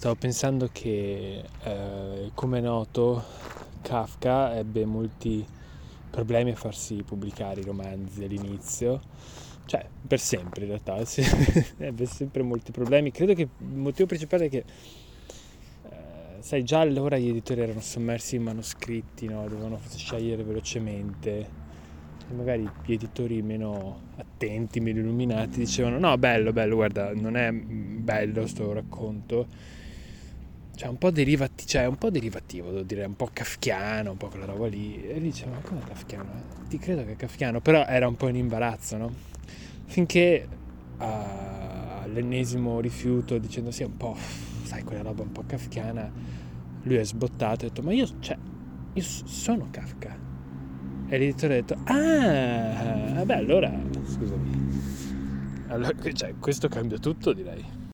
Stavo pensando che, come è noto, Kafka ebbe molti problemi a farsi pubblicare i romanzi all'inizio, cioè per sempre in realtà, ebbe sempre molti problemi. Credo che il motivo principale è che, sai, già allora gli editori erano sommersi in manoscritti, no? Dovevano scegliere velocemente. E magari gli editori meno attenti, meno illuminati dicevano: no, bello, guarda, non è bello sto racconto, cioè è un po' derivativo, devo dire, un po' kafkiano, un po' quella roba lì. E dice: ma come kafkiano? Ti credo che è kafkiano, però era un po' in imbarazzo, no? Finché all'ennesimo rifiuto, dicendo sì, un po', sai, quella roba un po' kafkiana, lui è sbottato e ha detto: ma io sono Kafka. E l'editore ha detto: ah, vabbè, allora, scusami, allora, cioè, questo cambia tutto, direi.